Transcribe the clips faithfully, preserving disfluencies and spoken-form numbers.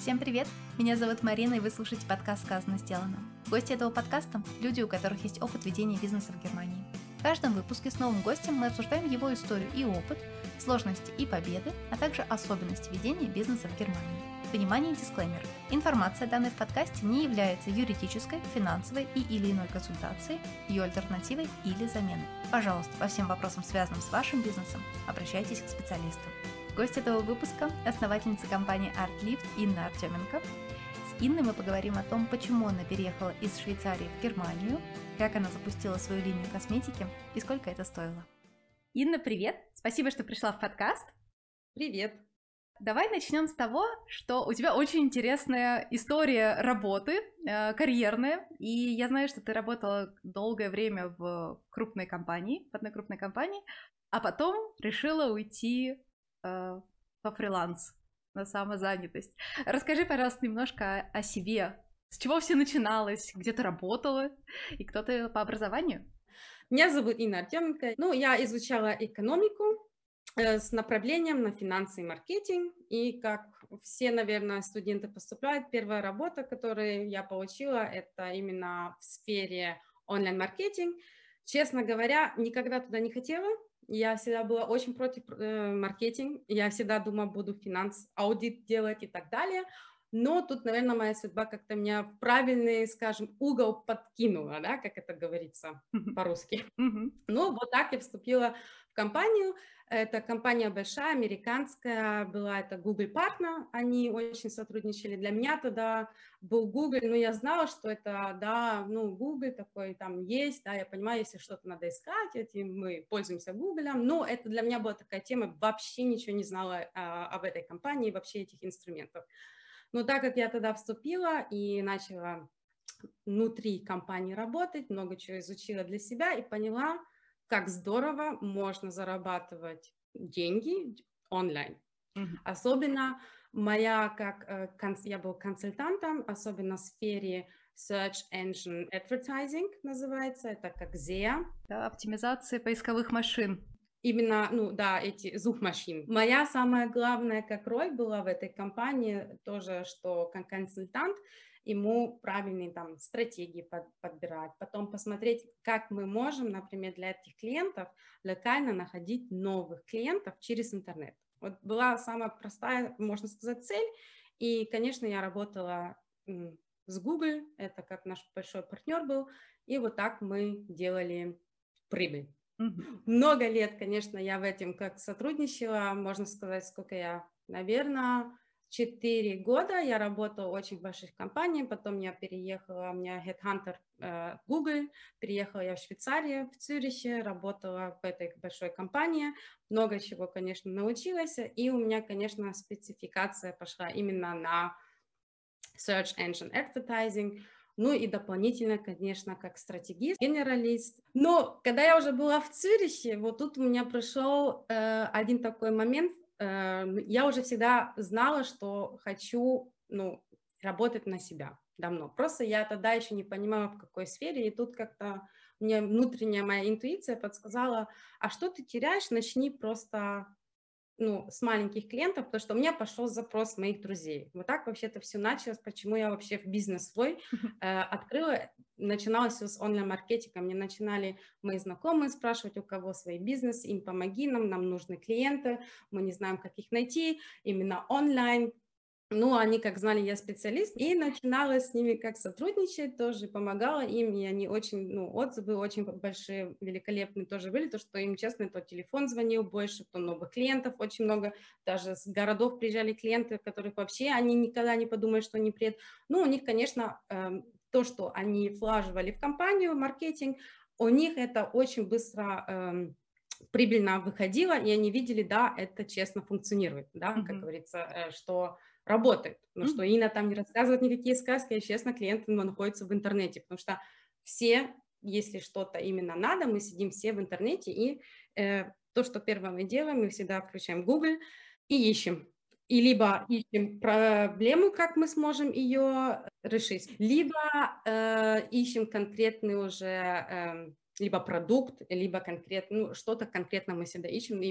Всем привет! Меня зовут Марина, и вы слушаете подкаст «Сказано, сделано». Гости этого подкаста – люди, у которых есть опыт ведения бизнеса в Германии. В каждом выпуске с новым гостем мы обсуждаем его историю и опыт, сложности и победы, а также особенности ведения бизнеса в Германии. Внимание, дисклеймер. Информация, данная в подкасте, не является юридической, финансовой и или иной консультацией, ее альтернативой или заменой. Пожалуйста, по всем вопросам, связанным с вашим бизнесом, обращайтесь к специалистам. Гость этого выпуска – основательница компании ArtLift Инна Артеменко. С Инной мы поговорим о том, почему она переехала из Швейцарии в Германию, как она запустила свою линию косметики и сколько это стоило. Инна, привет! Спасибо, что пришла в подкаст. Привет! Давай начнем с того, что у тебя очень интересная история работы, э, карьерная, и я знаю, что ты работала долгое время в крупной компании, в одной крупной компании, а потом решила уйти э, по фриланс, на самозанятость. Расскажи, пожалуйста, немножко о, о себе. С чего все начиналось, где ты работала и кто ты по образованию? Меня зовут Инна Артеменко. Ну, я изучала экономику с направлением на финансы и маркетинг. И как все, наверное, студенты поступают, первая работа, которую я получила, это именно в сфере онлайн-маркетинг. Честно говоря, никогда туда не хотела. Я всегда была очень против э, маркетинга. Я всегда думала, буду финанс, аудит делать и так далее. Но тут, наверное, моя судьба как-то меня в правильный, скажем, угол подкинула, да, как это говорится по-русски. Ну, вот так я вступила в компанию. Это компания большая, американская была, это Google Partner, они очень сотрудничали. Для меня тогда был Google, но я знала, что это, да, ну, Google такой там есть, да, я понимаю, если что-то надо искать, этим мы пользуемся Google, но это для меня была такая тема, вообще ничего не знала а, об этой компании, вообще этих инструментов. Но так как я тогда вступила и начала внутри компании работать, много чего изучила для себя и поняла, как здорово можно зарабатывать деньги онлайн. Mm-hmm. Особенно моя, как я был консультантом, особенно в сфере Search Engine Advertising называется, это как зеа. Да, оптимизация поисковых машин. Именно, ну да, эти зум-машин. Моя самая главная как роль была в этой компании тоже, что как консультант ему правильные там стратегии под, подбирать, потом посмотреть, как мы можем, например, для этих клиентов локально находить новых клиентов через интернет. Вот была самая простая, можно сказать, цель. И, конечно, я работала м, с Google, это как наш большой партнер был, и вот так мы делали прибыль. Mm-hmm. Много лет, конечно, я в этом как сотрудничала, можно сказать, сколько я, наверное, четыре года я работала в очень больших компаниях, потом я переехала, у меня headhunter э, Google, переехала я в Швейцарию, в Цюрихе, работала в этой большой компании, много чего, конечно, научилась, и у меня, конечно, спецификация пошла именно на Search Engine Advertising, ну и дополнительно, конечно, как стратегист, генералист. Но когда я уже была в Цюрихе, вот тут у меня пришел э, один такой момент. Э, я уже всегда знала, что хочу, ну, работать на себя давно. Просто я тогда еще не понимала, в какой сфере. И тут как-то мне внутренняя моя интуиция подсказала, а что ты теряешь, начни просто... ну, с маленьких клиентов, потому что у меня пошел запрос моих друзей. Вот так вообще-то все началось, почему я вообще в бизнес свой э, открыла. Начиналось все с онлайн-маркетинга. Мне начинали мои знакомые спрашивать, у кого свой бизнес, им помоги нам, нам нужны клиенты, мы не знаем, как их найти, именно онлайн. Ну, они, как знали, я специалист, и начинала с ними как сотрудничать, тоже помогала им, и они очень, ну, отзывы очень большие, великолепные тоже были, то, что им, честно, то телефон звонил больше, то новых клиентов очень много, даже с городов приезжали клиенты, которых вообще они никогда не подумают, что они приедут. Ну, у них, конечно, э, то, что они влаживали в компанию, маркетинг, у них это очень быстро... Э, прибыльно выходило, и они видели, да, это честно функционирует, да, mm-hmm. как говорится, что работает, но mm-hmm. что Инна там не рассказывает никакие сказки, а честно, клиенты ну, находятся в интернете, потому что все, если что-то именно надо, мы сидим все в интернете, и э, то, что первое мы делаем, мы всегда включаем Google и ищем. И либо ищем проблему, как мы сможем ее решить, либо э, ищем конкретный уже... Э, либо продукт, либо конкретно, ну, что-то конкретно мы всегда ищем, и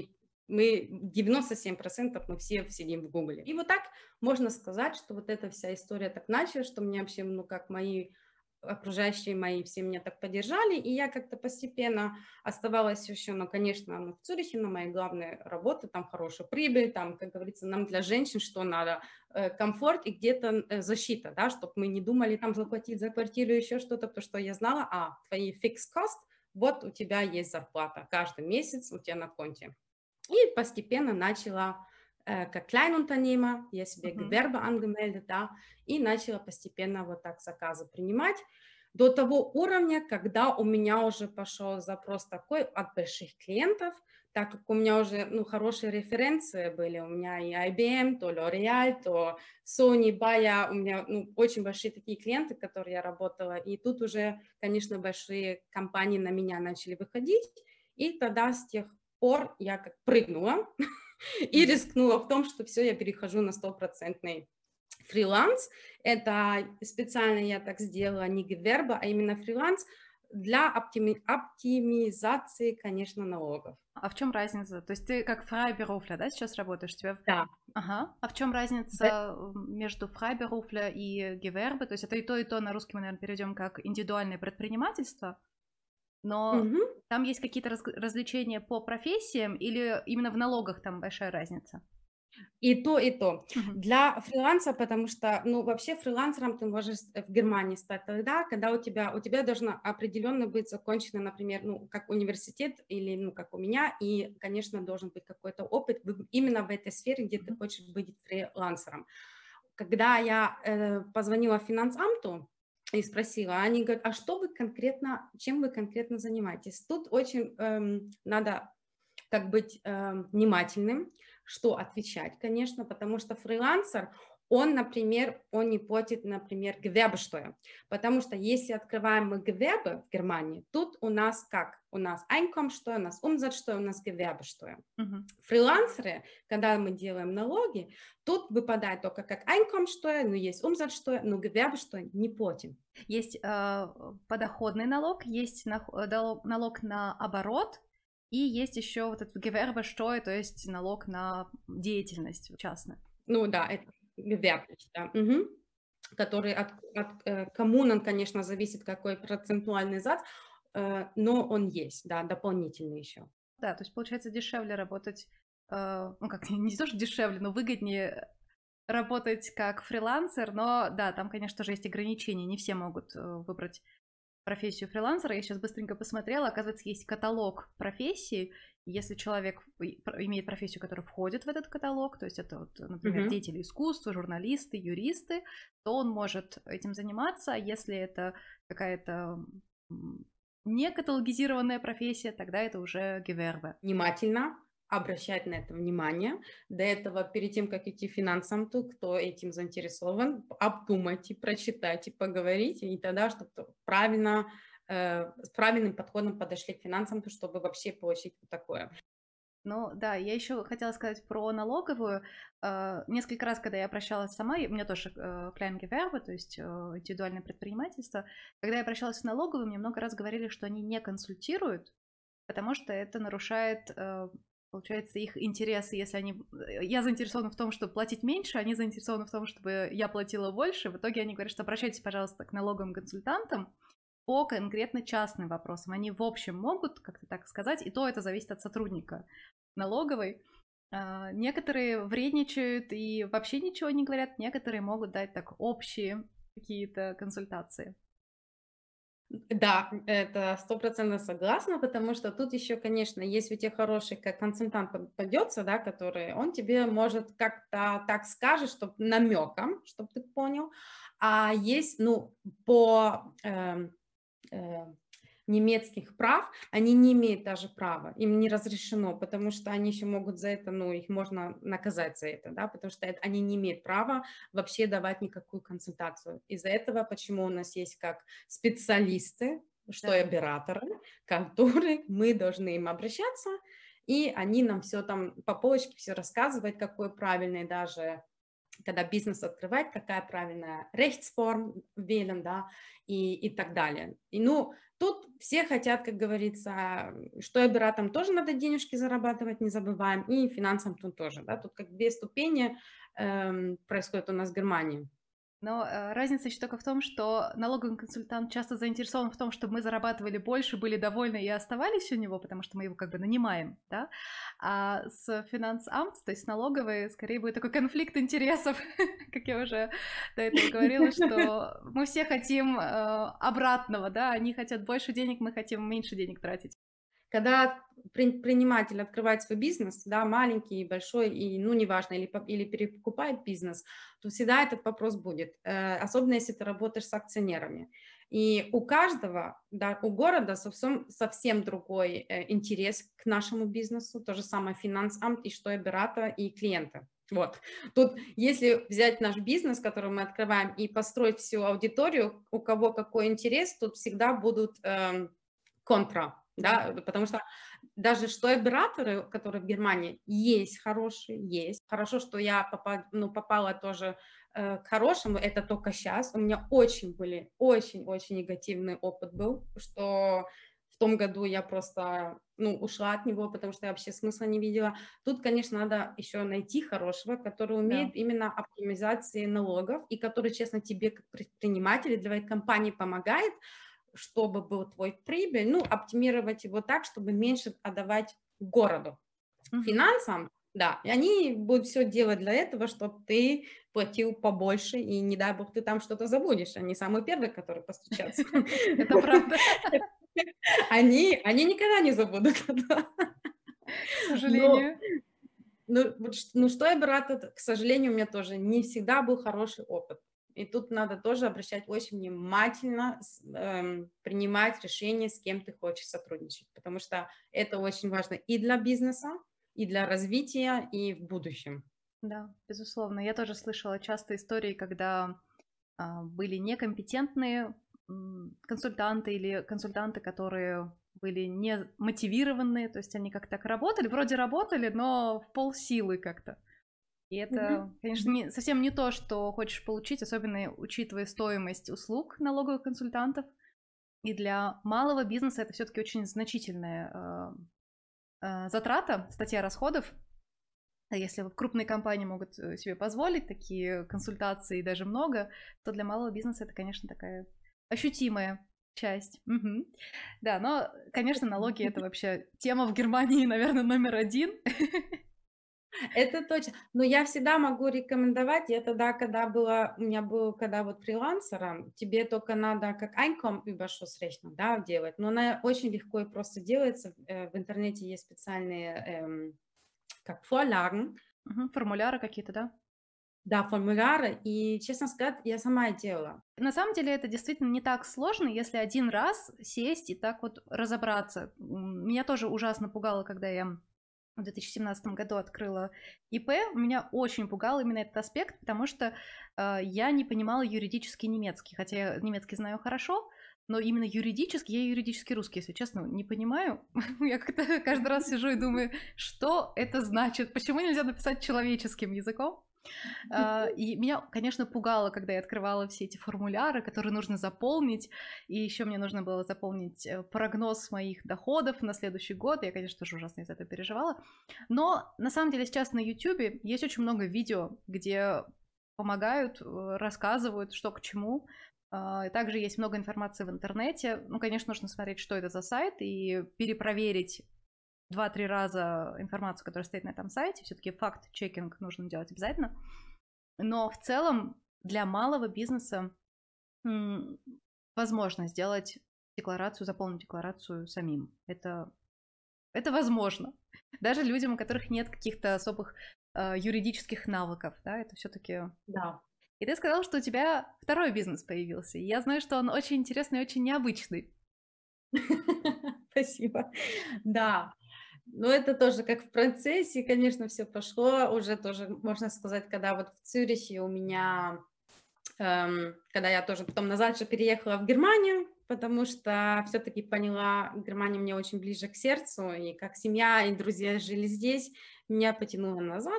мы девяносто семь процентов мы все сидим в Гугле. И вот так можно сказать, что вот эта вся история так началась, что мне вообще, ну, как мои окружающие мои все меня так поддержали, и я как-то постепенно оставалась еще, ну, конечно, ну, в Цюрихе, на моей главной работе, там хорошая прибыль, там, как говорится, нам для женщин что надо, э, комфорт и где-то э, защита, да, чтобы мы не думали там заплатить за квартиру еще что-то, потому что я знала, а, твои fixed cost, вот у тебя есть зарплата каждый месяц у тебя на конте. И постепенно начала äh, как Kleinunternehmer, я себе Мгм. Gewerbe angemeldet, да, и начала постепенно вот так заказы принимать до того уровня, когда у меня уже пошел запрос такой от больших клиентов, так как у меня уже, ну, хорошие референции были, у меня и ай би эм, то L'Oreal, то Sony, Bayer, у меня, ну, очень большие такие клиенты, которые я работала, и тут уже, конечно, большие компании на меня начали выходить, и тогда с тех пор я как прыгнула и рискнула в том, что все, я перехожу на стопроцентный фриланс. Это специально я так сделала, не Gewerbe, а именно фриланс для оптими- оптимизации, конечно, налогов. А в чем разница? То есть ты как фрайберуфля, да, сейчас работаешь? У тебя... Да. Ага. А в чем разница м, между фрайберуфля и Gewerbe? То есть это и то, и то на русский мы, наверное, перейдем как индивидуальное предпринимательство, но Мгм. там есть какие-то раз- различения по профессиям или именно в налогах там большая разница? И то, и то. Мгм. Для фриланса, потому что, ну, вообще фрилансером ты можешь в Германии стать тогда, когда у тебя, у тебя должно определенно быть закончено, например, ну, как университет или, ну, как у меня, и, конечно, должен быть какой-то опыт в- именно в этой сфере, где ты Мгм. хочешь быть фрилансером. Когда я э, позвонила финансамту и спросила, они говорят, а что вы конкретно, чем вы конкретно занимаетесь? Тут очень эм, надо как быть э, внимательным, что отвечать, конечно, потому что фрилансер, он, например, он не платит, например, Gewerbesteuer, потому что если открываем мы Gewerbe в Германии, тут у нас как? У нас Einkommensteuer, у нас Umsatzsteuer, у нас Gewerbesteuer. Мгм. Фрилансеры, когда мы делаем налоги, тут выпадает только как Einkommensteuer, но есть Umsatzsteuer, но Gewerbesteuer не платим. Есть э, подоходный налог, есть нах- э, дало- налог на оборот, и есть еще вот этот Gewerbesteuer, то есть налог на деятельность частную. Ну да, это gewerblich, да. Мгм. Который от, от э, коммунан, конечно, зависит, какой процентуальный зад, э, но он есть, да, дополнительный еще. Да, то есть получается дешевле работать, э, ну как, не то, что дешевле, но выгоднее работать как фрилансер, но да, там, конечно же, есть ограничения, не все могут э, выбрать профессию фрилансера. Я сейчас быстренько посмотрела, оказывается, есть каталог профессий. Если человек и- про- имеет профессию, которая входит в этот каталог, то есть это, вот, например, Мгм. деятели искусства, журналисты, юристы, то он может этим заниматься. А если это какая-то м, не каталогизированная профессия, тогда это уже Gewerbe. Внимательно обращать на это внимание. До этого, перед тем, как идти финансам, то кто этим заинтересован, обдумайте, прочитайте, поговорите, и тогда, чтобы правильно, э, с правильным подходом подошли к финансам, то чтобы вообще получить вот такое. Ну да, я еще хотела сказать про налоговую. Э, Несколько раз, когда я обращалась сама, и у меня тоже э, Kleingewerbe, то есть э, индивидуальное предпринимательство, когда я обращалась в налоговую, мне много раз говорили, что они не консультируют, потому что это нарушает, э, получается, их интересы, если они... э, Я заинтересована в том, чтобы платить меньше, они заинтересованы в том, чтобы я платила больше. В итоге они говорят, что обращайтесь, пожалуйста, к налоговым консультантам по конкретно частным вопросам. Они в общем могут, как-то так сказать, и то это зависит от сотрудника налоговой. А, Некоторые вредничают и вообще ничего не говорят, некоторые могут дать так общие какие-то консультации. Да, это стопроцентно согласна, потому что тут еще, конечно, если у тебя хороший как консультант попадется, да, который, он тебе может как-то так скажет, чтобы намеком, чтобы ты понял, а есть, ну, по эм, э, немецких прав, они не имеют даже права, им не разрешено, потому что они еще могут за это, ну, их можно наказать за это, да, потому что это, они не имеют права вообще давать никакую консультацию. Из-за этого, почему у нас есть как специалисты, что и Да. операторы, которые мы должны им обращаться, и они нам все там по полочке все рассказывают, какой правильный даже когда бизнес открывать, какая правильная рейхсформ wählen, да, и, и так далее. И, ну, тут все хотят, как говорится, что и бюротам тоже надо денежки зарабатывать, не забываем, и финансам тут тоже, да, тут как две ступени эм, происходят у нас в Германии. Но э, разница еще только в том, что налоговый консультант часто заинтересован в том, чтобы мы зарабатывали больше, были довольны и оставались у него, потому что мы его как бы нанимаем, да? А с финансамт, то есть с налоговой, скорее будет такой конфликт интересов, как я уже до этого говорила, что мы все хотим э, обратного, да? Они хотят больше денег, мы хотим меньше денег тратить. Когда предприниматель открывает свой бизнес, да, маленький, большой, и, ну, неважно, или, или перекупает бизнес, то всегда этот вопрос будет, э, особенно если ты работаешь с акционерами. И у каждого, да, у города совсем, совсем другой э, интерес к нашему бизнесу, то же самое финансамт, и что и бюрата, и клиента. Вот. Тут, если взять наш бизнес, который мы открываем, и построить всю аудиторию, у кого какой интерес, тут всегда будут э, контра. Да, потому что даже что операторы, которые в Германии есть хорошие, есть. Хорошо, что я попала, ну, попала тоже э, к хорошему, это только сейчас. У меня очень были, очень-очень негативный опыт был, что в том году я просто, ну, ушла от него, потому что я вообще смысла не видела. Тут, конечно, надо еще найти хорошего, который умеет Да. именно оптимизации налогов и который, честно, тебе как предприниматель, для твоей компании помогает, чтобы был твой прибыль, ну, оптимировать его так, чтобы меньше отдавать городу. Мгм. Финансам, да, и они будут все делать для этого, чтобы ты платил побольше, и не дай бог ты там что-то забудешь. Они самые первые, которые постучатся. Это правда, Они, они никогда не забудут этого. к Но, сожалению. ну, вот ш- ну, что я брат, это, к сожалению, у меня тоже не всегда был хороший опыт. И тут надо тоже обращать очень внимательно, с- эм, принимать решение, с кем ты хочешь сотрудничать, потому что это очень важно и для бизнеса, и для развития, и в будущем. Да, безусловно. Я тоже слышала часто истории, когда а, были некомпетентные м, консультанты или консультанты, которые были не мотивированные, то есть они как-то так работали, вроде работали, но в полсилы как-то. И это, Мгм. конечно, не, совсем не то, что хочешь получить, особенно учитывая стоимость услуг налоговых консультантов. И для малого бизнеса это все-таки очень значительная э, э, затрата, статья расходов. А если вот крупные компании могут э, себе позволить такие консультации, и даже много, то для малого бизнеса это, конечно, такая ощутимая часть. Мгм. Да, но, конечно, налоги это вообще тема в Германии, наверное, номер один. Это точно. Но я всегда могу рекомендовать, я тогда, когда была, у меня был, когда вот фрилансером, тебе только надо как Einkommenüberschussrechnung, да, делать, но она очень легко и просто делается. Э, В интернете есть специальные эм, как Vorlagen, Мгм. Формуляры какие-то, да? да, формуляры, и, честно сказать, я сама и делала. На самом деле это действительно не так сложно, если один раз сесть и так вот разобраться. М, Меня тоже ужасно пугало, когда я в две тысячи семнадцатом году открыла ИП. Меня очень пугал именно этот аспект, потому что э, я не понимала юридический немецкий, хотя я немецкий знаю хорошо, но именно юридически, я юридически русский, если честно, не понимаю. Я как-то каждый раз сижу и думаю, что это значит, почему нельзя написать человеческим языком? А, И меня, конечно, пугало, когда я открывала все эти формуляры, которые нужно заполнить. И еще мне нужно было заполнить э, прогноз моих доходов на следующий год. Я, конечно, тоже ужасно из этого переживала. Но на самом деле сейчас на YouTube есть очень много видео, где помогают, э, рассказывают, что к чему. А, и также есть много информации в интернете. Ну, конечно, нужно смотреть, что это за сайт, и перепроверить два-три раза информацию, которая стоит на этом сайте. Все-таки факт-чекинг нужно делать обязательно. Но в целом для малого бизнеса м, возможно сделать декларацию, заполнить декларацию самим. Это, это возможно. Даже людям, у которых нет каких-то особых э, юридических навыков, да, это все-таки. Да. И ты сказал, что у тебя второй бизнес появился. И я знаю, что он очень интересный и очень необычный. Спасибо. Да, но это тоже как в процессе, конечно, все пошло. Уже тоже, можно сказать, когда вот в Цюрихе у меня, эм, когда я тоже потом назад же переехала в Германию, потому что все-таки поняла, Германия мне очень ближе к сердцу, и как семья и друзья жили здесь, меня потянуло назад.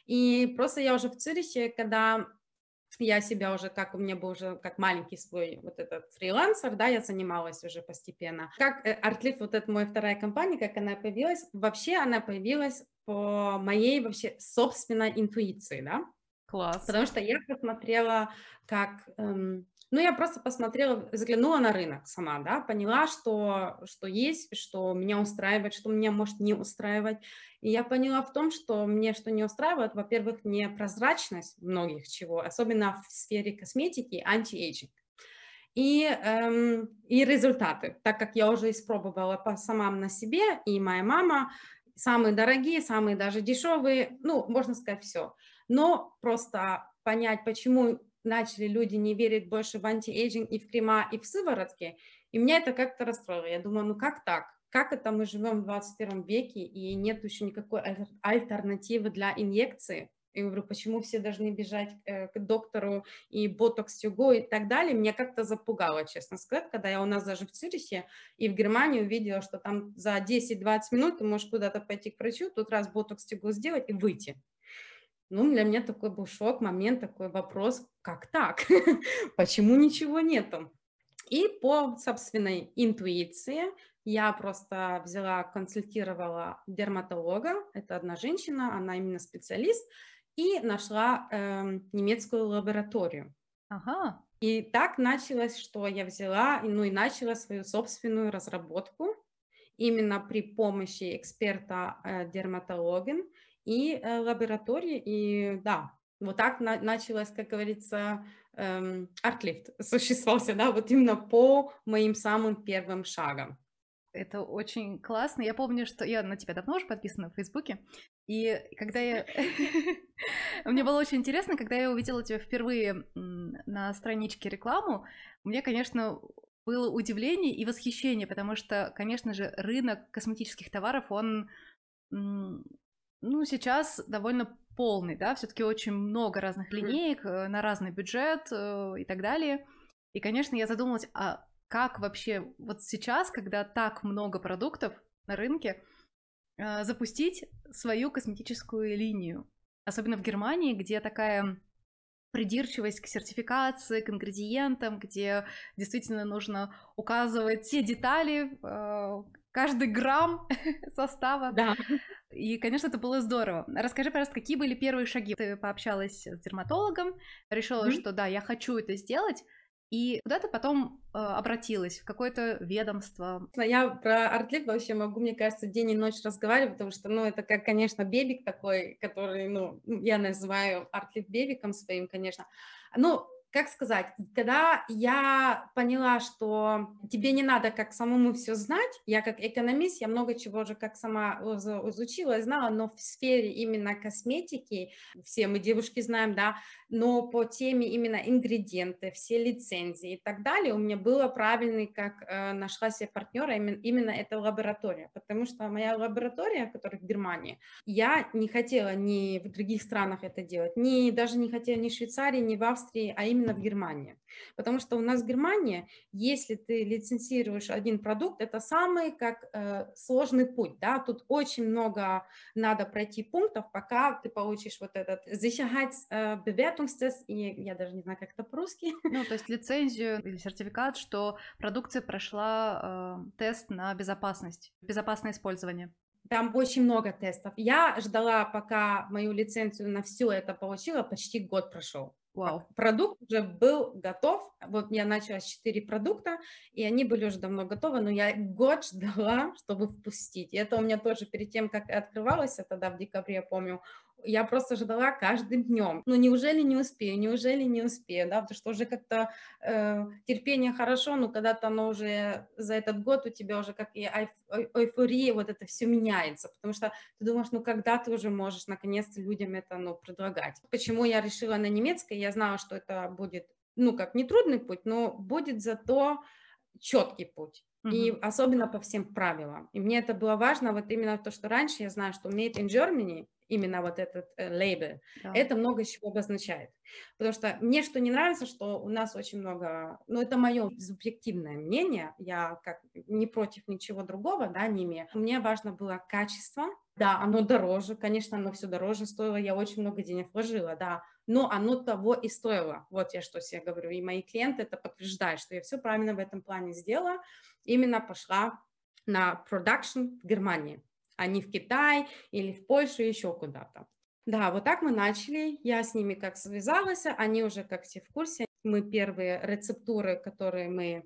И просто я уже в Цюрихе, когда я себя уже, как у меня был уже как маленький свой вот этот фрилансер, да, я занималась уже постепенно. Как э, Artlift, вот эта моя вторая компания, как она появилась, вообще она появилась по моей вообще собственной интуиции, да, Класс. потому что я посмотрела, как, эм, ну, я просто посмотрела, заглянула на рынок сама, да, поняла, что, что есть, что меня устраивает, что меня может не устраивать. И я поняла в том, что мне что не устраивает, во-первых, непрозрачность многих чего, особенно в сфере косметики, анти-эйджинг. И, эм, и результаты, так как я уже испробовала по, сама на себе, и моя мама, самые дорогие, самые даже дешевые, ну, можно сказать, все. Но просто понять, почему начали люди не верить больше в антиэйджинг и в крема, и в сыворотки, и меня это как-то расстроило. Я думаю, ну как так? Как это мы живем в двадцать первом веке, и нет еще никакой альтер- альтернативы для инъекции? Я говорю, почему все должны бежать э, к доктору и ботокс юго и так далее? Меня как-то запугало, честно сказать, когда я у нас даже в Цюрихе и в Германии увидела, что там за десять-двадцать минут ты можешь куда-то пойти к врачу, тут раз ботокс юго сделать и выйти. Ну, для меня такой был шок, момент, такой вопрос, как так? Почему ничего нету? И по собственной интуиции я просто взяла, консультировала дерматолога, это одна женщина, она именно специалист, и нашла эм, немецкую лабораторию. Ага. И так началось, что я взяла, и, ну и начала свою собственную разработку именно при помощи эксперта э, дерматологин и э, лаборатории. И да, вот так на- началось, как говорится, эм, артлифт существовался, да, вот именно по моим самым первым шагам. Это очень классно. Я помню, что я на тебя давно уже подписана в Фейсбуке, и когда я... Мне было очень интересно, когда я увидела тебя впервые м, на страничке рекламу, мне, конечно, было удивление и восхищение, потому что, конечно же, рынок косметических товаров, он, м, ну, сейчас довольно полный, да, все-таки очень много разных Мгм. линеек э, на разный бюджет э, и так далее. И, конечно, я задумалась, а как вообще вот сейчас, когда так много продуктов на рынке, э, запустить свою косметическую линию? Особенно в Германии, где такая придирчивость к сертификации, к ингредиентам, где действительно нужно указывать все детали, э, каждый грамм состава. Да. И, конечно, это было здорово. Расскажи, пожалуйста, какие были первые шаги? Ты пообщалась с дерматологом, решила, Мгм. что да, я хочу это сделать, и куда ты потом э, обратилась? В какое-то ведомство? Я про артлип вообще могу, мне кажется, день и ночь разговаривать, потому что, ну, это как, конечно, бебик такой, который, ну, я называю артлип бебиком своим, конечно. Ну, как сказать, когда я поняла, что тебе не надо как самому все знать, я как экономист, я много чего уже как сама уз- изучила и знала, но в сфере именно косметики, все мы девушки знаем, да, но по теме именно ингредиенты, все лицензии и так далее, у меня было правильный, как э, нашла себе партнера, именно, именно эта лаборатория, потому что моя лаборатория, которая в Германии, я не хотела ни в других странах это делать, ни даже не хотела ни в Швейцарии, ни в Австрии, а именно в Германии, потому что у нас в Германии, если ты лицензируешь один продукт, это самый как э, сложный путь, да, тут очень много надо пройти пунктов, пока ты получишь вот этот Sicherheitsbewertungstest, и я даже не знаю, как это по-русски. Ну, то есть лицензию или сертификат, что продукция прошла э, тест на безопасность, безопасное использование. Там очень много тестов. Я ждала, пока мою лицензию на все это получила, почти год прошел. Вау. Продукт уже был готов. Вот я начала с четыре продукта, и они были уже давно готовы, но я год ждала, чтобы впустить. И это у меня тоже перед тем, как открывалось, это тогда в декабре, я помню, я просто ждала каждым днем. Ну, неужели не успею, неужели не успею, да, потому что уже как-то э, терпение хорошо, но когда-то оно уже за этот год у тебя уже как и эйф- ой- эйфория, вот это все меняется, потому что ты думаешь, ну, когда ты уже можешь наконец-то людям это, ну, предлагать. Почему я решила на немецкой? Я знала, что это будет, ну, как не трудный путь, но будет зато четкий путь. И Мгм. особенно по всем правилам. И мне это было важно, вот именно то, что раньше я знаю, что Made in Germany, именно вот этот э, лейбл, Да. это много чего обозначает. Потому что мне что не нравится, что у нас очень много, ну это мое субъективное мнение, я как не против ничего другого, да, не имею. Мне важно было качество, Да, оно дороже, конечно, оно все дороже стоило, я очень много денег вложила, да, но оно того и стоило. Вот я что себе говорю, и мои клиенты это подтверждают, что я все правильно в этом плане сделала, именно пошла на продакшн в Германии, а не в Китай или в Польшу, еще куда-то. Да, вот так мы начали, я с ними как связалась, они уже как все в курсе, мы первые рецептуры, которые мы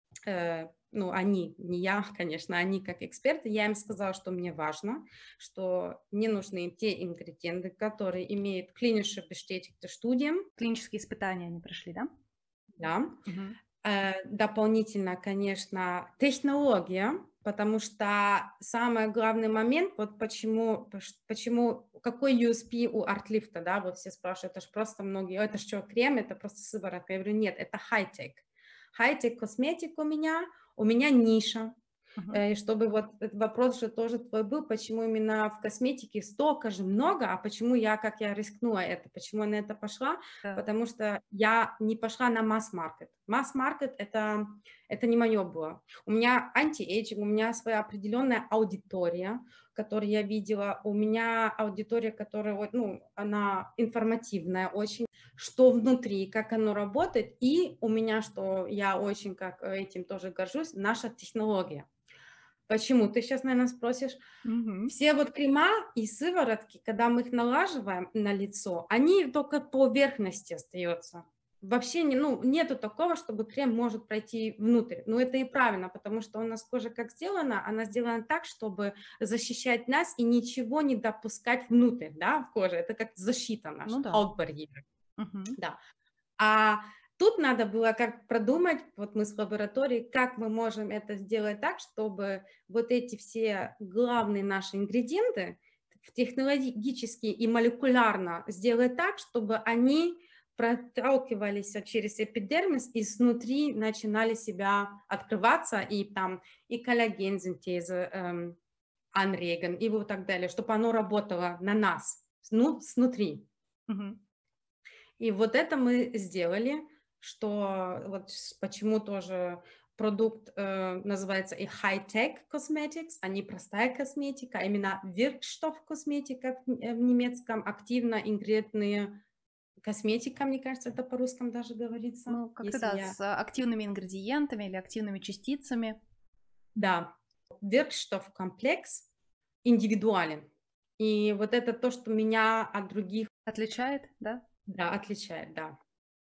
э, ну, они, не я, конечно, они как эксперты, я им сказала, что мне важно, что мне нужны те ингредиенты, которые имеют klinische bestätigte Studien, Клинические испытания они прошли, да? да. Мгм. Э, дополнительно, конечно, технология, потому что самый главный момент, вот почему, пош- почему, какой ю эс пи у артлифта, да, вот все спрашивают, это же просто многие, это что, крем, это просто сыворотка. Я говорю, нет, это хай-тек. Хай-тек косметик у меня, у меня ниша. Мгм. Э, И чтобы вот этот вопрос же тоже твой был, почему именно в косметике столько же много, а почему я, как я рискнула это, почему я на это пошла, Да. потому что я не пошла на масс-маркет. Масс-маркет это, это не мое было. У меня анти-эйджинг, у меня своя определенная аудитория, которую я видела, у меня аудитория, которая, вот, ну, она информативная очень, что внутри, как оно работает, и у меня, что я очень как этим тоже горжусь, наша технология. Почему? Ты сейчас, наверное, спросишь. Мгм. Все вот крема и сыворотки, когда мы их налаживаем на лицо, они только по поверхности остаются. Вообще не, ну, нету такого, чтобы крем может пройти внутрь. Ну, это и правильно, потому что у нас кожа как сделана, она сделана так, чтобы защищать нас и ничего не допускать внутрь, да, в коже. Это как защита наша, Ну да. хаут-барьер, Мгм. да. А тут надо было как продумать, вот мы с лабораторией, как мы можем это сделать так, чтобы вот эти все главные наши ингредиенты в технологически и молекулярно сделать так, чтобы они проталкивались через эпидермис и снутри начинали себя открываться, и там и коллаген синтеза, эм, анреган, и вот так далее, чтобы оно работало на нас, ну, снутри. Мгм. И вот это мы сделали, что вот с- почему тоже продукт э, называется и high-tech cosmetics, а не простая косметика, а именно Wirkstoff косметика в, н- э, в немецком, активно ингредиентные косметика, мне кажется, это по-русски даже говорится, Ну, как-то если да, я... с а, активными ингредиентами или активными частицами. Да, Wirkstoff комплекс индивидуален. И вот это то, что меня от других, Отличает, да? да, отличает, да.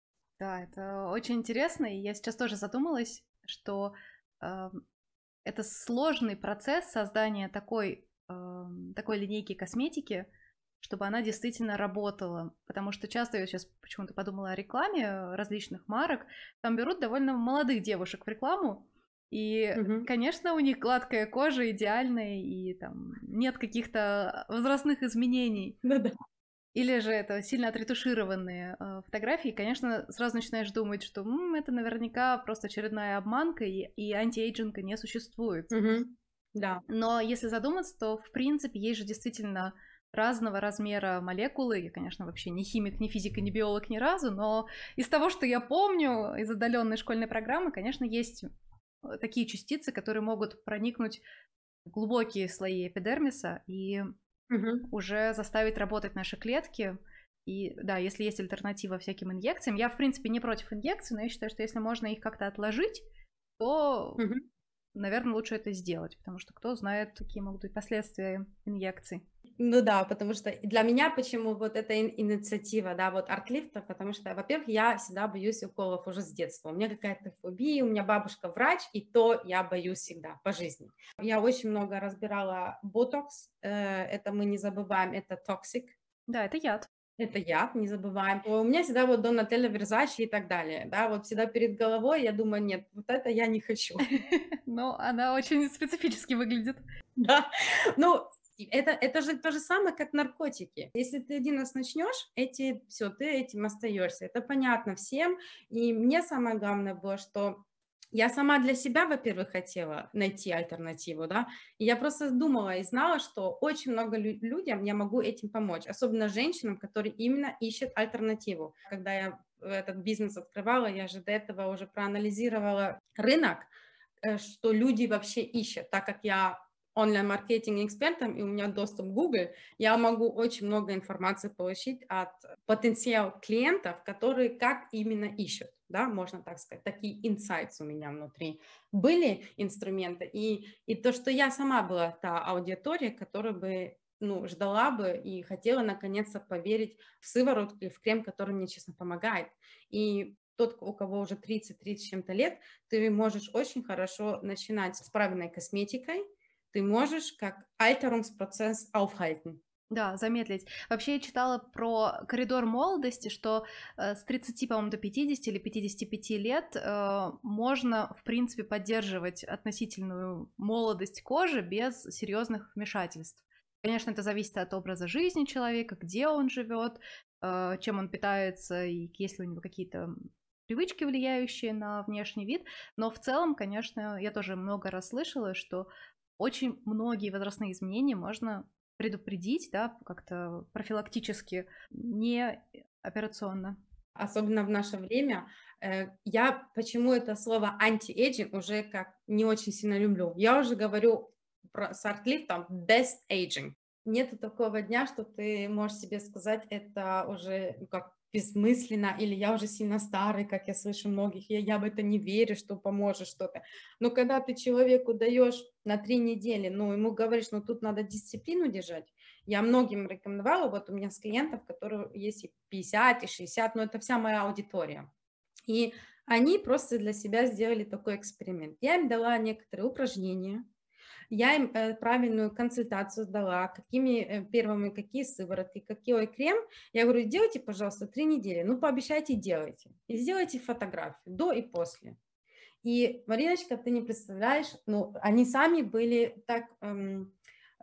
Да, это очень интересно, и я сейчас тоже задумалась, что ам, это сложный процесс создания такой, ам, такой линейки косметики, чтобы она действительно работала. Потому что часто я сейчас почему-то подумала о рекламе э, различных марок. Там берут довольно молодых девушек в рекламу, и, Мгм. конечно, у них гладкая кожа идеальная, и там нет каких-то возрастных изменений. Да-да. Или же это сильно отретушированные э, фотографии, конечно, сразу начинаешь думать, что «М, это наверняка просто очередная обманка, и, и антиэйджинга не существует». Мгм. Да. Но если задуматься, то, в принципе, есть же действительно разного размера молекулы. Я, конечно, вообще не химик, не физик и не биолог ни разу, но из того, что я помню из отдаленной школьной программы, конечно, есть э, такие частицы, которые могут проникнуть в глубокие слои эпидермиса и Мгм. уже заставить работать наши клетки. И да, если есть альтернатива всяким инъекциям, я, в принципе, не против инъекций, но я считаю, что если можно их как-то отложить, то, Мгм. наверное, лучше это сделать, потому что кто знает, какие могут быть последствия инъекций. Ну да, потому что для меня почему вот эта ин- инициатива, да, вот артлифта, потому что, во-первых, я всегда боюсь уколов уже с детства. У меня какая-то фобия, у меня бабушка врач, и то я боюсь всегда по жизни. Я очень много разбирала ботокс, э, это мы не забываем, это токсик, Да, это яд. это яд, не забываем. У меня всегда вот Донателло, Верзачи и так далее, да, вот всегда перед головой я думаю, нет, вот это я не хочу. Но она очень специфически выглядит. Да, ну, и это, это же то же самое, как наркотики. Если ты один раз начнешь, эти, все, ты этим остаешься. Это понятно всем. И мне самое главное было, что я сама для себя, во-первых, хотела найти альтернативу, да, и я просто думала и знала, что очень много лю- людям я могу этим помочь, особенно женщинам, которые именно ищут альтернативу. Когда я этот бизнес открывала, я же до этого уже проанализировала рынок, э, что люди вообще ищут, так как я онлайн-маркетинг-экспертом, и у меня доступ к Google, я могу очень много информации получить от потенциал клиентов, которые как именно ищут, да, можно так сказать, такие insights у меня внутри были инструменты, и, и то, что я сама была та аудитория, которая бы, ну, ждала бы и хотела наконец-то поверить в сыворотку и в крем, который мне, честно, помогает. И тот, у кого уже тридцать-тридцать с чем-то лет, ты можешь очень хорошо начинать с правильной косметикой, ты можешь как Alterungsprozess aufhalten. Да, замедлить. Вообще я читала про коридор молодости, что э, с тридцати, по-моему, до пятидесяти или пятидесяти пяти лет э, можно, в принципе, поддерживать относительную молодость кожи без серьезных вмешательств. Конечно, это зависит от образа жизни человека, где он живет, э, чем он питается и есть ли у него какие-то привычки, влияющие на внешний вид. Но в целом, конечно, я тоже много раз слышала, что очень многие возрастные изменения можно предупредить, да, как-то профилактически, не операционно. Особенно в наше время. Э, я почему это слово anti-aging уже как не очень сильно люблю. Я уже говорю про с артлифтом best aging. Нету такого дня, что ты можешь себе сказать, это уже ну, как бессмысленно, или я уже сильно старый, как я слышу многих, я, я в это не верю, что поможет что-то. Но когда ты человеку даешь на три недели, ну, ему говоришь, ну, тут надо дисциплину держать. Я многим рекомендовала, вот у меня с клиентов, которые есть и пятьдесят, и шестьдесят, но это вся моя аудитория. И они просто для себя сделали такой эксперимент. Я им дала некоторые упражнения, я им э, правильную консультацию дала, какими э, первыми, какие сыворотки, какой крем. Я говорю, делайте, пожалуйста, три недели. Ну, пообещайте, делайте. И сделайте фотографию до и после. И, Мариночка, ты не представляешь, ну, они сами были так эм,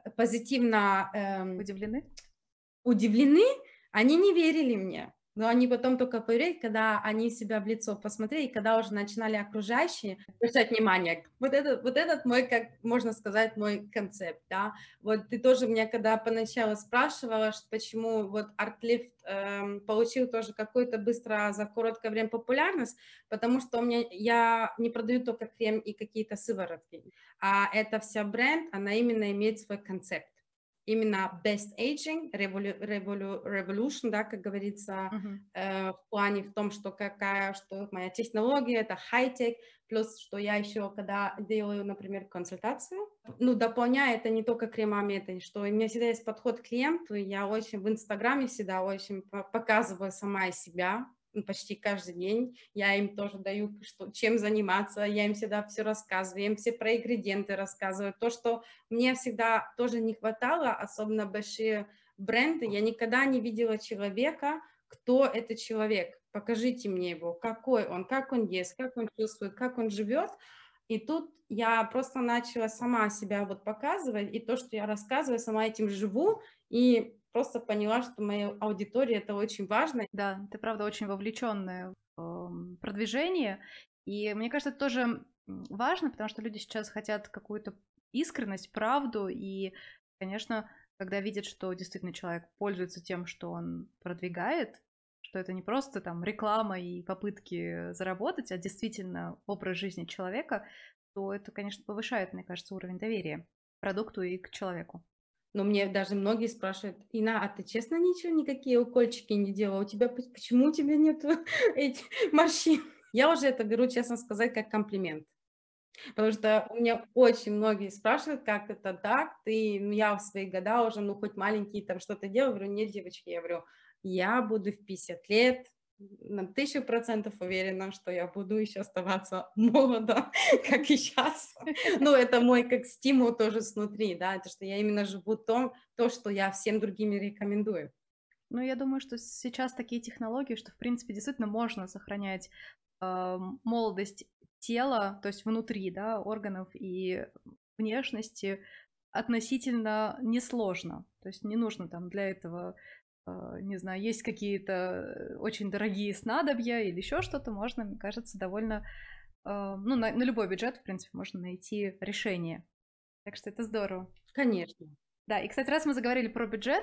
позитивно эм, Удивлены? удивлены, они не верили мне. Но они потом только поверили, когда они себя в лицо посмотрели, когда уже начинали окружающие обращать внимание. Вот этот, вот этот мой, как можно сказать, мой концепт, да. Вот ты тоже меня, когда поначалу спрашивала, что почему вот артлифт эм, получил тоже какую-то быстро за короткое время популярность, потому что у меня, я не продаю только крем и какие-то сыворотки, а эта вся бренд, она именно имеет свой концепт. Именно best aging, revolu, revolu, revolution, да, как говорится, Uh-huh. э, в плане в том, что какая, что моя технология, это high-tech, плюс, что я еще, когда делаю, например, консультацию, ну, дополняю это не только кремами, это что у меня всегда есть подход к клиенту, и я очень в Инстаграме всегда очень показываю сама из себя, почти каждый день. Я им тоже даю, что, чем заниматься, я им всегда все рассказываю, я им все про ингредиенты рассказываю. То, что мне всегда тоже не хватало, особенно большие бренды, я никогда не видела человека, кто этот человек. Покажите мне его, какой он, как он ест, как он чувствует, как он живет. И тут я просто начала сама себя вот показывать, и то, что я рассказываю, сама этим живу, и просто поняла, что моя аудитория это очень важно. Да, ты правда очень вовлеченная в э, продвижение. И мне кажется, это тоже важно, потому что люди сейчас хотят какую-то искренность, правду. И, конечно, когда видят, что действительно человек пользуется тем, что он продвигает, что это не просто там реклама и попытки заработать, а действительно образ жизни человека, то это, конечно, повышает, мне кажется, уровень доверия к продукту и к человеку. Но мне даже многие спрашивают, Ина, а ты честно ничего, никакие укольчики не делала? У тебя, почему у тебя нет этих морщин? Я уже это беру, честно сказать, как комплимент. Потому что у меня очень многие спрашивают, как это так, ты, ну, я в свои года уже, ну, хоть маленькие там что-то делаю, говорю, нет, девочки, я говорю, я буду в пятьдесят лет, на тысячу процентов уверена, что я буду еще оставаться молодо, как и сейчас. Ну, это мой как стимул тоже снутри, да, это что я именно живу то, то, что я всем другим рекомендую. Ну, я думаю, что сейчас такие технологии, что, в принципе, действительно можно сохранять э, молодость тела, то есть внутри, да, органов и внешности относительно несложно. То есть не нужно там для этого, э, не знаю, есть какие-то очень дорогие снадобья или еще что-то, можно, мне кажется, довольно, э, ну, на, на любой бюджет, в принципе, можно найти решение. Так что это здорово. Конечно. Да, и, кстати, раз мы заговорили про бюджет,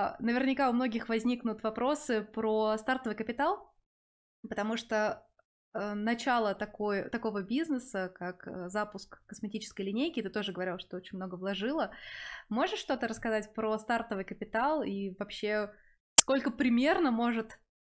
наверняка у многих возникнут вопросы про стартовый капитал, потому что э, начало такой, такого бизнеса, как э, запуск косметической линейки. Ты тоже говорила, что очень много вложила. Можешь что-то рассказать про стартовый капитал и вообще сколько примерно может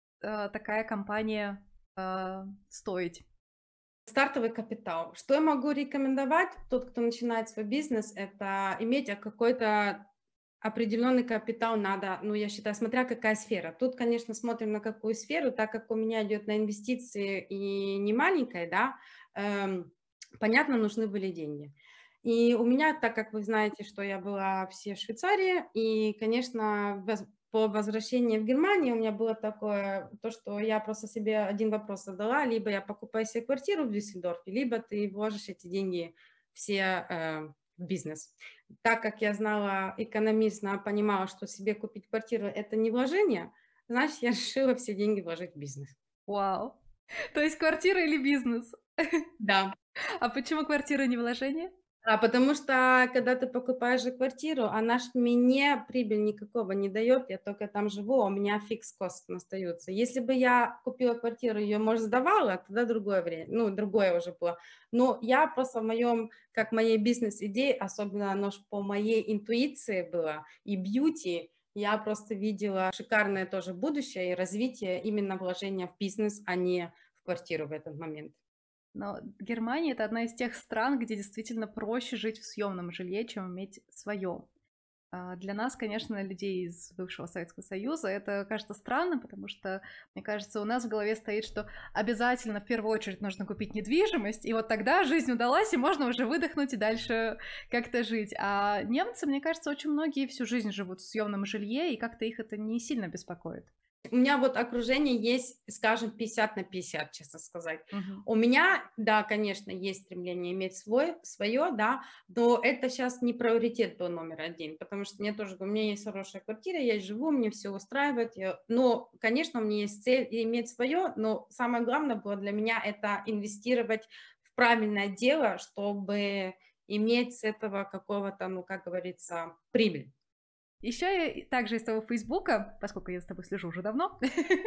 э, такая компания э, стоить? Стартовый капитал. Что я могу рекомендовать? Тот, кто начинает свой бизнес, это иметь какой-то определенный капитал надо, ну, я считаю, смотря какая сфера. Тут, конечно, смотрим на какую сферу, так как у меня идет на инвестиции и не маленькая, да, эм, понятно, нужны были деньги. И у меня, так как вы знаете, что я была все в Швейцарии, и, конечно, воз- по возвращении в Германию у меня было такое, то, что я просто себе один вопрос задала, либо я покупаю себе квартиру в Дюссельдорфе, либо ты вложишь эти деньги все э, в бизнес. Так как я знала экономист, она понимала, что себе купить квартиру – это не вложение, значит, я решила все деньги вложить в бизнес. Вау. То есть квартира или бизнес? Да. А почему квартира не вложение? А потому что, когда ты покупаешь же квартиру, она ж мне прибыль никакого не дает, я только там живу, а у меня фикс-кост остаются. Если бы я купила квартиру, ее, может, сдавала, тогда другое время, ну, другое уже было. Но я просто в моем, как моей бизнес-идее, особенно оно ж по моей интуиции было, и бьюти, я просто видела шикарное тоже будущее и развитие именно вложения в бизнес, а не в квартиру в этот момент. Но Германия — это одна из тех стран, где действительно проще жить в съемном жилье, чем иметь свое. Для нас, конечно, людей из бывшего Советского Союза, это кажется странным, потому что, мне кажется, у нас в голове стоит, что обязательно в первую очередь нужно купить недвижимость, и вот тогда жизнь удалась, и можно уже выдохнуть и дальше как-то жить. А немцы, мне кажется, очень многие всю жизнь живут в съемном жилье, и как-то их это не сильно беспокоит. У меня вот окружение есть, скажем, пятьдесят на пятьдесят, честно сказать. Мгм. У меня, да, конечно, есть стремление иметь свой, свое, да, но это сейчас не приоритет был номер один, потому что мне тоже, у меня есть хорошая квартира, я живу, мне все устраивает, я- но, конечно, у меня есть цель иметь свое, но самое главное было для меня это инвестировать в правильное дело, чтобы иметь с этого какого-то, ну, как говорится, прибыль. Еще я также из того Фейсбука, поскольку я за тобой слежу уже давно,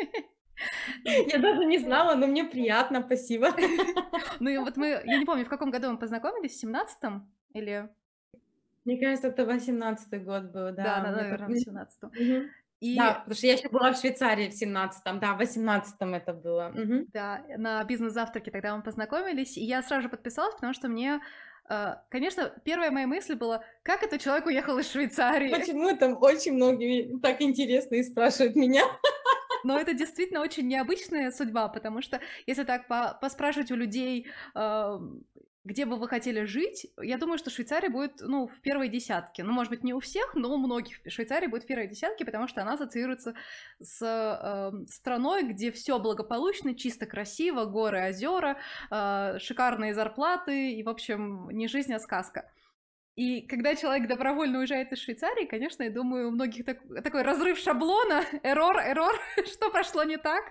Я даже не знала, но мне приятно, спасибо. ну и вот мы, я не помню, в каком году мы познакомились, в семнадцатом или... Мне кажется, это восемнадцатый год был, Да, да, да, мне так. наверное, в семнадцатом. Мгм. Да, И потому что я еще была в Швейцарии в семнадцатом, да, в восемнадцатом это было. Мгм. да, на бизнес-завтраке тогда мы познакомились, и я сразу же подписалась, потому что мне, э, конечно, первая моя мысль была, как этот человек уехал из Швейцарии. Почему там очень многие так интересно и спрашивают меня? Но это действительно очень необычная судьба, потому что если так по поспрашивать у людей, э, где бы вы хотели жить, я думаю, что Швейцария будет, ну, в первой десятке. Ну, может быть, не у всех, но у многих Швейцария будет в первой десятке, потому что она ассоциируется с э, страной, где все благополучно, чисто красиво, горы, озера, э, шикарные зарплаты и, в общем, не жизнь, а сказка. И когда человек добровольно уезжает из Швейцарии, конечно, я думаю, у многих так, такой разрыв шаблона, эррор, эррор, что пошло не так.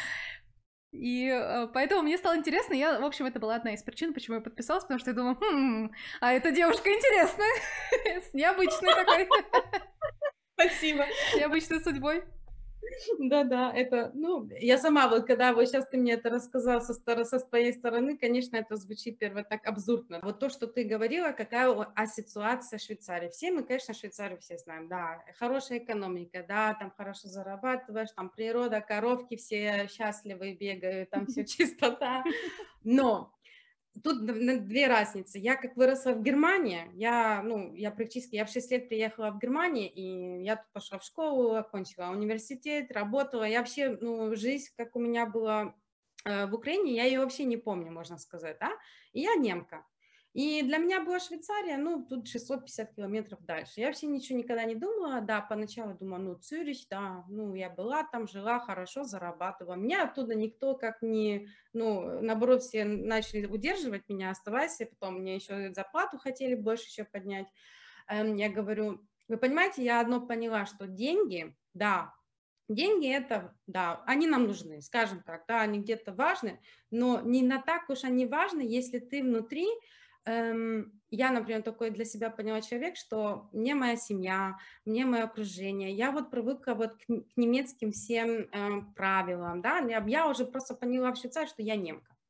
И э, поэтому мне стало интересно, я, в общем, это была одна из причин, почему я подписалась, потому что я думала, хм, а эта девушка интересная, с необычной такой, Спасибо. с необычной судьбой. Да-да, это, ну, я сама вот, когда вот сейчас ты мне это рассказал со, стор- со своей стороны, конечно, это звучит первое так абсурдно. Вот то, что ты говорила, какая у- ассоциация Швейцарии. Все мы, конечно, Швейцарию все знаем, да, хорошая экономика, да, там хорошо зарабатываешь, там природа, коровки все счастливые бегают, там все чистота. Но тут д- н- две разницы. Я как выросла в Германии, я, ну, я практически, я в шесть лет приехала в Германию, и я тут пошла в школу, окончила университет, работала. Я вообще, ну, жизнь, как у меня была э, в Украине, я ее вообще не помню, можно сказать, да. И я немка. И для меня была Швейцария, ну, тут шестьсот пятьдесят километров дальше. Я вообще ничего никогда не думала, да, поначалу думала, ну, Цюрих, да, ну, я была там, жила, хорошо зарабатывала. Меня оттуда никто как не, ну, наоборот, все начали удерживать меня, оставайся, потом мне еще зарплату хотели больше еще поднять. Эм, Я говорю, вы понимаете, я одно поняла, что деньги, да, деньги это, да, они нам нужны, скажем так, да, они где-то важны, но не на так уж они важны, если ты внутри, эм, я, например, такой для себя поняла человек, что мне моя семья, мне мое окружение, я вот привыкла вот к, н- к немецким всем эм, правилам, да, я, я уже просто поняла в Швейцарии, что я немка.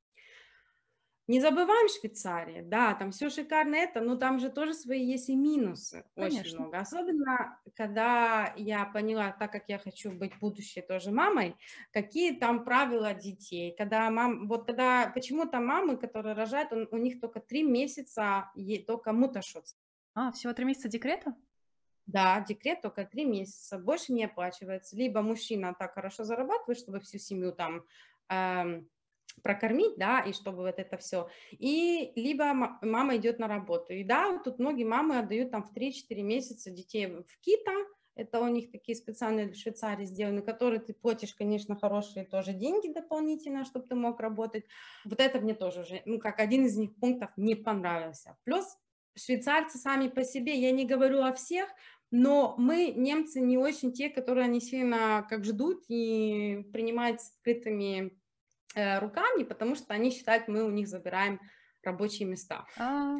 Не забываем Швейцарии, да, там все шикарно это, но там же тоже свои есть и минусы, очень Конечно. много. Особенно, когда я поняла, так как я хочу быть будущей тоже мамой, какие там правила детей. Когда мам, вот когда почему-то мамы, которые рожают, он- у них только три месяца е- только муташот. А, всего три месяца декрета? Да, декрет только три месяца, больше не оплачивается. Либо мужчина так хорошо зарабатывает, чтобы всю семью там эм, прокормить, да, и чтобы вот это все. И либо ма- мама идет на работу. И да, вот тут многие мамы отдают там в три-четыре месяца детей в Кита. Это у них такие специальные в Швейцарии сделаны, которые ты платишь, конечно, хорошие тоже деньги дополнительно, чтобы ты мог работать. Вот это мне тоже уже, ну, как один из них пунктов не понравился. Плюс швейцарцы сами по себе, я не говорю о всех, но мы, немцы, не очень те, которые они сильно как ждут и принимают с открытыми э, руками, потому что они считают, мы у них забираем рабочие места. А,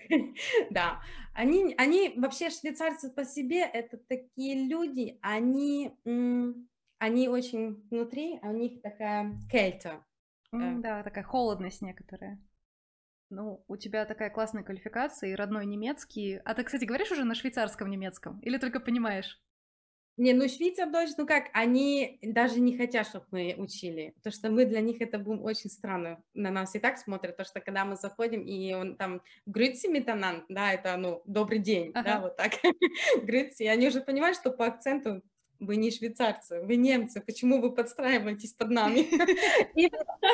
Да, они, они вообще швейцарцы по себе, это такие люди, они, м, они очень внутри, а у них такая кельта. э, м, да, такая холодность некоторая. Ну, у тебя такая классная квалификация и родной немецкий. А ты, кстати, говоришь уже на швейцарском немецком? Или только понимаешь? Не, ну Швейцардойч, ну как, они даже не хотят, чтобы мы учили, потому что мы для них это будет очень странно, на нас и так смотрят, то что когда мы заходим, и он там «Grüezi miteinander», да, это, ну, «добрый день», да, Ага. вот так, «Grüezi», они уже понимают, что по акценту вы не швейцарцы, вы немцы, почему вы подстраиваетесь под нами? И-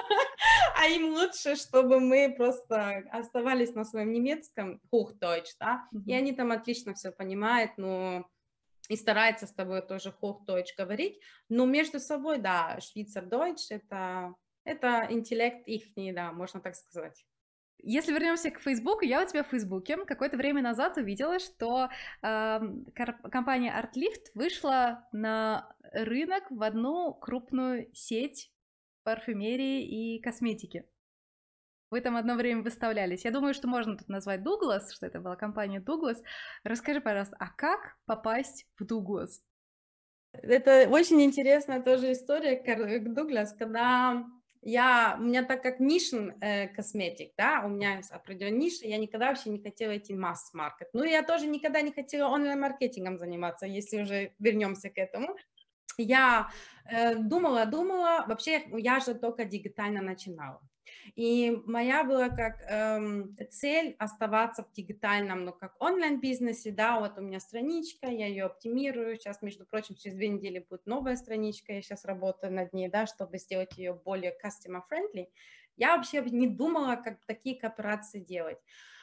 А им лучше, чтобы мы просто оставались на своем немецком, Hochdeutsch, да, и Мгм. они там отлично все понимают, но и старается с тобой тоже Hochdeutsch говорить, но между собой, да, Швейцардойч это, это интеллект ихний, да, можно так сказать. Если вернемся к Фейсбуку, я у тебя в Фейсбуке какое-то время назад увидела, что ам, кор- компания Artlift вышла на рынок в одну крупную сеть парфюмерии и косметики. Вы там одно время выставлялись. Я думаю, что можно тут назвать Дуглас, что это была компания Дуглас. Расскажи, пожалуйста, а как попасть в Дуглас? Это очень интересная тоже история, Кар- Дуглас, когда я, у меня так как нишен э, косметик, да, у меня есть определенная ниша, я никогда вообще не хотела идти в масс-маркет. Ну, я тоже никогда не хотела онлайн-маркетингом заниматься, если уже вернемся к этому. Я э, думала, думала, вообще я же только дигитально начинала. И моя была как эм, цель оставаться в дигитальном, ну, как онлайн-бизнесе, да, вот у меня страничка, я ее оптимирую, сейчас, между прочим, через две недели будет новая страничка, я сейчас работаю над ней, да, чтобы сделать ее более customer-friendly. Я вообще не думала, как такие кооперации делать.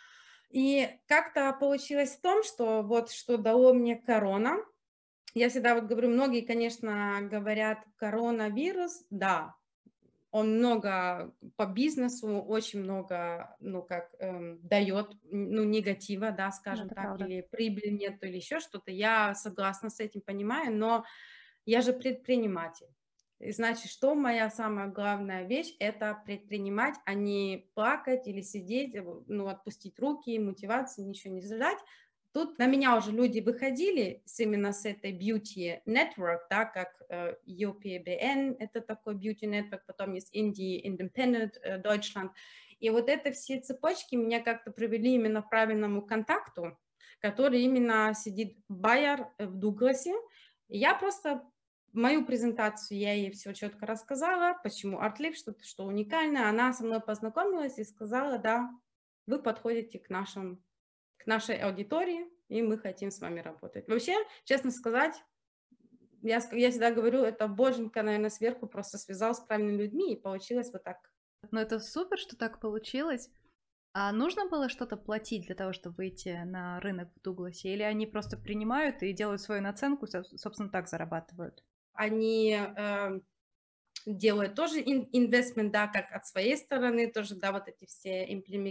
И как-то получилось в том, что вот что дало мне корона, я всегда вот говорю, многие, конечно, говорят, коронавирус, да, он много по бизнесу, очень много, ну, как, эм, дает, ну, негатива, да, Ну, скажем это так, правда. или прибыли нет, или еще что-то. Я согласна с этим, понимаю, но я же предприниматель. И значит, что моя самая главная вещь – это предпринимать, а не плакать или сидеть, э, ну, отпустить руки, мотивации, ничего не ждать. Тут на меня уже люди выходили с, именно с этой beauty network, да, как э, ю пи би эн, это такой beauty network, потом есть Indie Independent э, Deutschland. И вот это все цепочки меня как-то привели именно к правильному контакту, который именно сидит Байер в Дугласе. И я просто мою презентацию, я ей все четко рассказала, почему Artlift, что, что уникально. Она со мной познакомилась и сказала, да, вы подходите к нашим к нашей аудитории, и мы хотим с вами работать. Вообще, честно сказать, я, ск- я всегда говорю, это боженька, наверное, сверху просто связал с правильными людьми, и получилось вот так. Но это супер, что так получилось. А нужно было что-то платить для того, чтобы выйти на рынок в Дугласе? Или они просто принимают и делают свою наценку, со- собственно, так зарабатывают? Они э, делают тоже инвестмент, да, как от своей стороны, тоже, да, вот эти все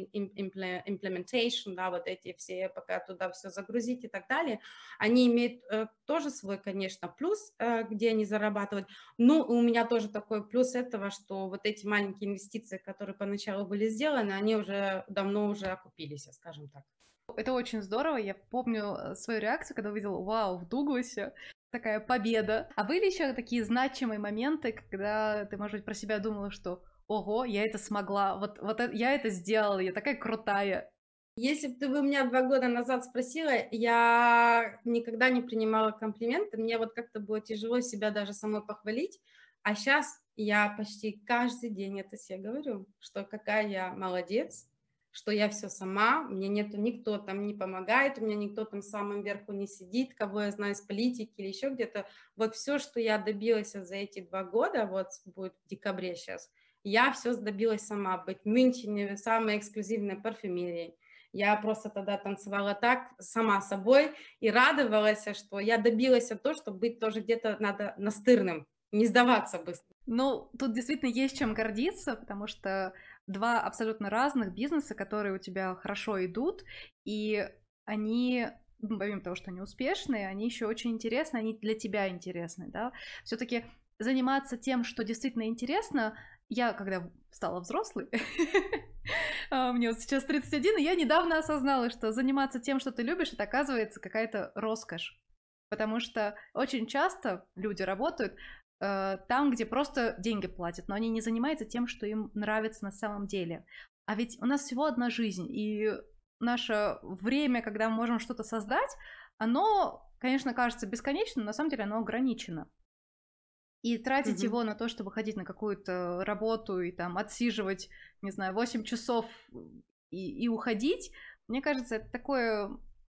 implementation, да, вот эти все, пока туда все загрузить и так далее, они имеют э, тоже свой, конечно, плюс, э, где они зарабатывают. Ну, у меня тоже такой плюс этого, что вот эти маленькие инвестиции, которые поначалу были сделаны, они уже давно уже окупились, скажем так. Это очень здорово. Я помню э, свою реакцию, когда увидела, вау, в Дугласе такая победа. А были еще такие значимые моменты, когда ты, может быть, про себя думала, что ого, я это смогла, вот, вот это, я это сделала, я такая крутая. Если бы ты бы меня два года назад спросила, я никогда не принимала комплименты, мне вот как-то было тяжело себя даже самой похвалить, а сейчас я почти каждый день это себе говорю, что какая я молодец, что я все сама, мне нету, никто там не помогает, у меня никто там самым верху не сидит, кого я знаю из политики или еще где-то. Вот все, что я добилась за эти два года, вот будет в декабре сейчас, я все добилась сама, быть в Мюнхене, самой эксклюзивной парфюмерией. Я просто тогда танцевала так, сама собой, и радовалась, что я добилась того, чтобы быть тоже где-то надо настырным, не сдаваться быстро. Ну, тут действительно есть чем гордиться, потому что два абсолютно разных бизнеса, которые у тебя хорошо идут, и они, ну, помимо того, что они успешные, они еще очень интересны, они для тебя интересны, да. Все-таки заниматься тем, что действительно интересно. Я, когда стала взрослой, мне вот сейчас тридцать один, и я недавно осознала, что заниматься тем, что ты любишь, это оказывается какая-то роскошь. Потому что очень часто люди работают э, там, где просто деньги платят, но они не занимаются тем, что им нравится на самом деле. А ведь у нас всего одна жизнь, и наше время, когда мы можем что-то создать, оно, конечно, кажется бесконечным, но на самом деле оно ограничено. И тратить mm-hmm. его на то, чтобы ходить на какую-то работу и там отсиживать, не знаю, восемь часов и, и уходить, мне кажется, это такое,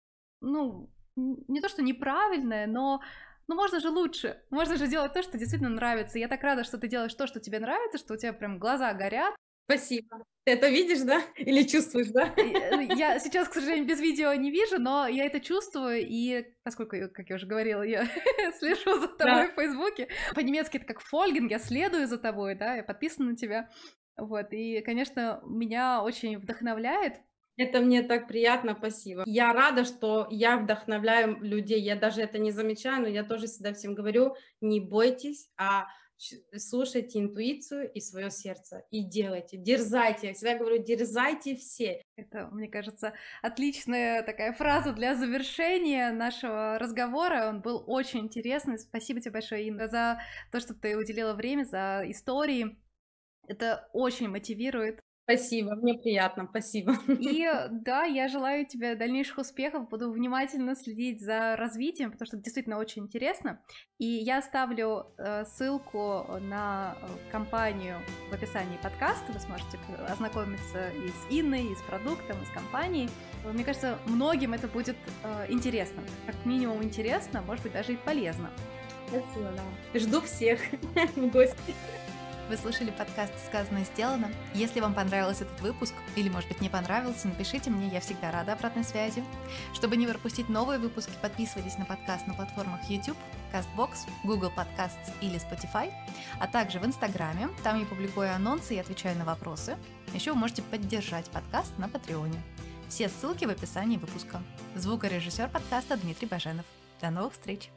ну, не то, что неправильное, но ну, можно же лучше. Можно же делать то, что действительно нравится. Я так рада, что ты делаешь то, что тебе нравится, что у тебя прям глаза горят. Спасибо. Ты это видишь, да? Или чувствуешь, да? Я сейчас, к сожалению, без видео не вижу, но я это чувствую, и поскольку, как я уже говорила, я слежу за тобой да. в Фейсбуке, по-немецки это как фольгинг, я следую за тобой, да, я подписана на тебя, вот, и, конечно, меня очень вдохновляет. Это мне так приятно, спасибо. Я рада, что я вдохновляю людей, я даже это не замечаю, но я тоже всегда всем говорю, не бойтесь, а слушайте интуицию и свое сердце, и делайте, дерзайте. Я всегда говорю, дерзайте все. Это, мне кажется, отличная такая фраза для завершения нашего разговора. Он был очень интересный. Спасибо тебе большое, Инна, за то, что ты уделила время, за истории. Это очень мотивирует. Спасибо, мне приятно, спасибо. И да, я желаю тебе дальнейших успехов, буду внимательно следить за развитием, потому что это действительно очень интересно. И я оставлю э, ссылку на компанию в описании подкаста, вы сможете ознакомиться и с Инной, и с продуктом, и с компанией. Мне кажется, многим это будет э, интересно, как минимум интересно, может быть, даже и полезно. Спасибо, да. Жду всех в гости. Вы слушали подкаст «Сказано, сделано». Если вам понравился этот выпуск, или, может быть, не понравился, напишите мне, я всегда рада обратной связи. Чтобы не пропустить новые выпуски, подписывайтесь на подкаст на платформах YouTube, CastBox, Google Podcasts или Spotify, а также в Инстаграме. Там я публикую анонсы и отвечаю на вопросы. Еще вы можете поддержать подкаст на Патреоне. Все ссылки в описании выпуска. Звукорежиссер подкаста Дмитрий Баженов. До новых встреч!